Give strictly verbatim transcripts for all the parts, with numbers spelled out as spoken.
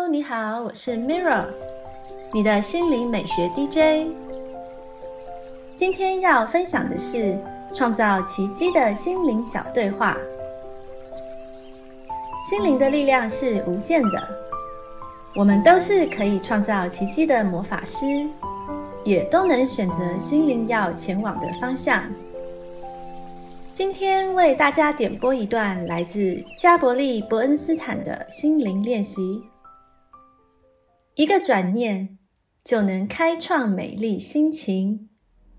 Hello， 你好，我是 Mira， 你的心灵美学 D J。今天要分享的是创造奇迹的心灵小对话。心灵的力量是无限的，我们都是可以创造奇迹的魔法师，也都能选择心灵要前往的方向。今天为大家点播一段来自加伯利·伯恩斯坦的心灵练习。一个转念就能开创美丽心情。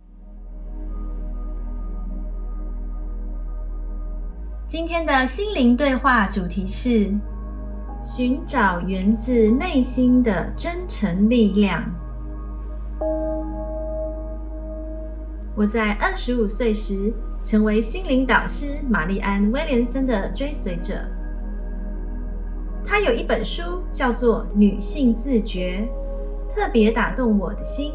今天的心灵对话主题是寻找源自内心的真诚力量。我在二十五岁时成为心灵导师玛丽安·威廉森的追随者。她有一本书叫做《女性自觉》，特别打动我的心。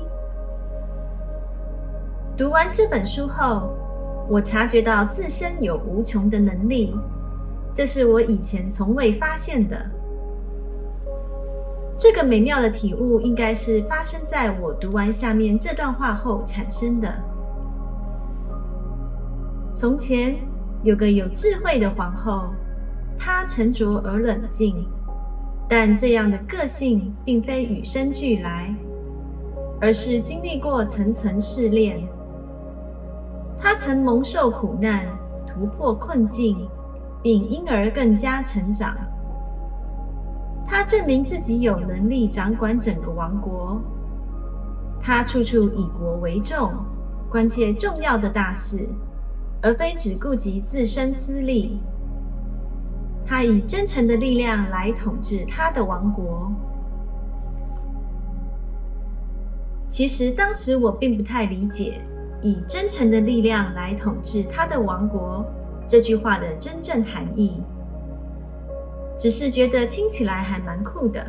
读完这本书后，我察觉到自身有无穷的能力，这是我以前从未发现的。这个美妙的体悟应该是发生在我读完下面这段话后产生的。从前有个有智慧的皇后，她沉着而冷静，但这样的个性并非与生俱来，而是经历过层层试炼。她曾蒙受苦难，突破困境，并因而更加成长。她证明自己有能力掌管整个王国。她处处以国为重，关切重要的大事，而非只顾及自身私利。他以真诚的力量来统治他的王国。其实当时我并不太理解以真诚的力量来统治他的王国这句话的真正含义，只是觉得听起来还蛮酷的。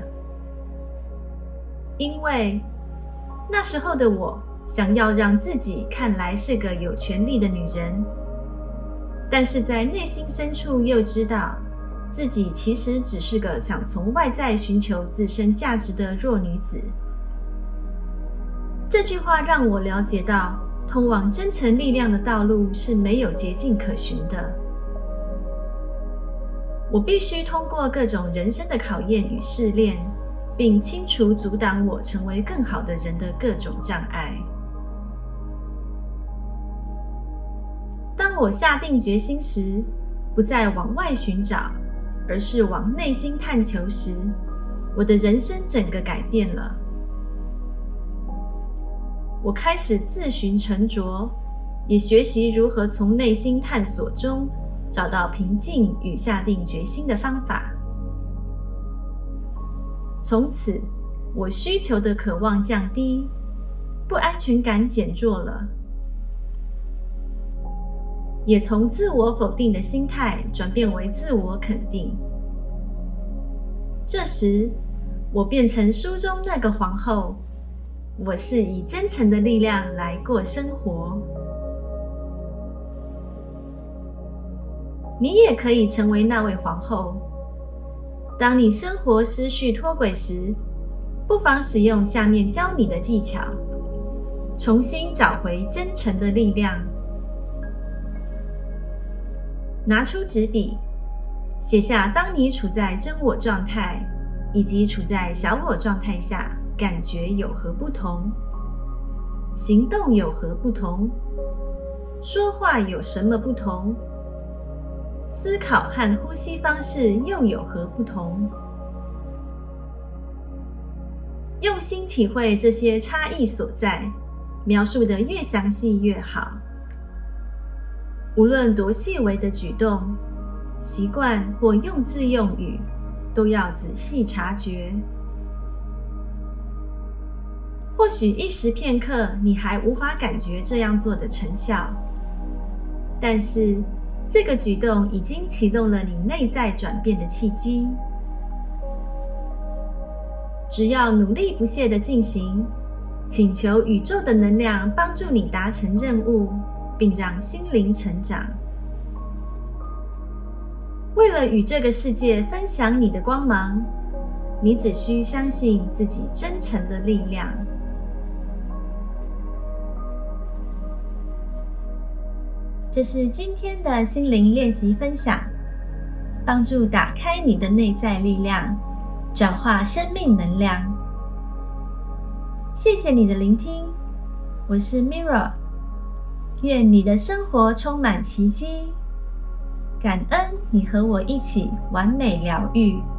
因为那时候的我想要让自己看来是个有权力的女人，但是在内心深处又知道自己其实只是个想从外在寻求自身价值的弱女子。这句话让我了解到，通往真诚力量的道路是没有捷径可循的。我必须通过各种人生的考验与试炼，并清除阻挡我成为更好的人的各种障碍。当我下定决心时，不再往外寻找，而是往内心探求时，我的人生整个改变了。我开始自寻沉着，也学习如何从内心探索中找到平静与下定决心的方法。从此，我需求的渴望降低，不安全感减弱了，也从自我否定的心态转变为自我肯定。这时，我变成书中那个皇后，我是以真诚的力量来过生活。你也可以成为那位皇后。当你生活失序脱轨时，不妨使用下面教你的技巧，重新找回真诚的力量。拿出纸笔，写下当你处在真我状态以及处在小我状态下感觉有何不同，行动有何不同，说话有什么不同，思考和呼吸方式又有何不同。用心体会这些差异所在，描述得越详细越好。无论多细微的举动、习惯或用字用语，都要仔细察觉。或许一时片刻你还无法感觉这样做的成效，但是这个举动已经启动了你内在转变的契机。只要努力不懈地进行，请求宇宙的能量帮助你达成任务，并让心灵成长。为了与这个世界分享你的光芒， 你只需相信自己真诚的力量。这是今天的心灵练习分享，帮助打开你的内在力量，转化生命能量。谢谢你的聆听，我是 Mira， 愿你的生活充满奇迹。感恩你和我一起完美疗愈。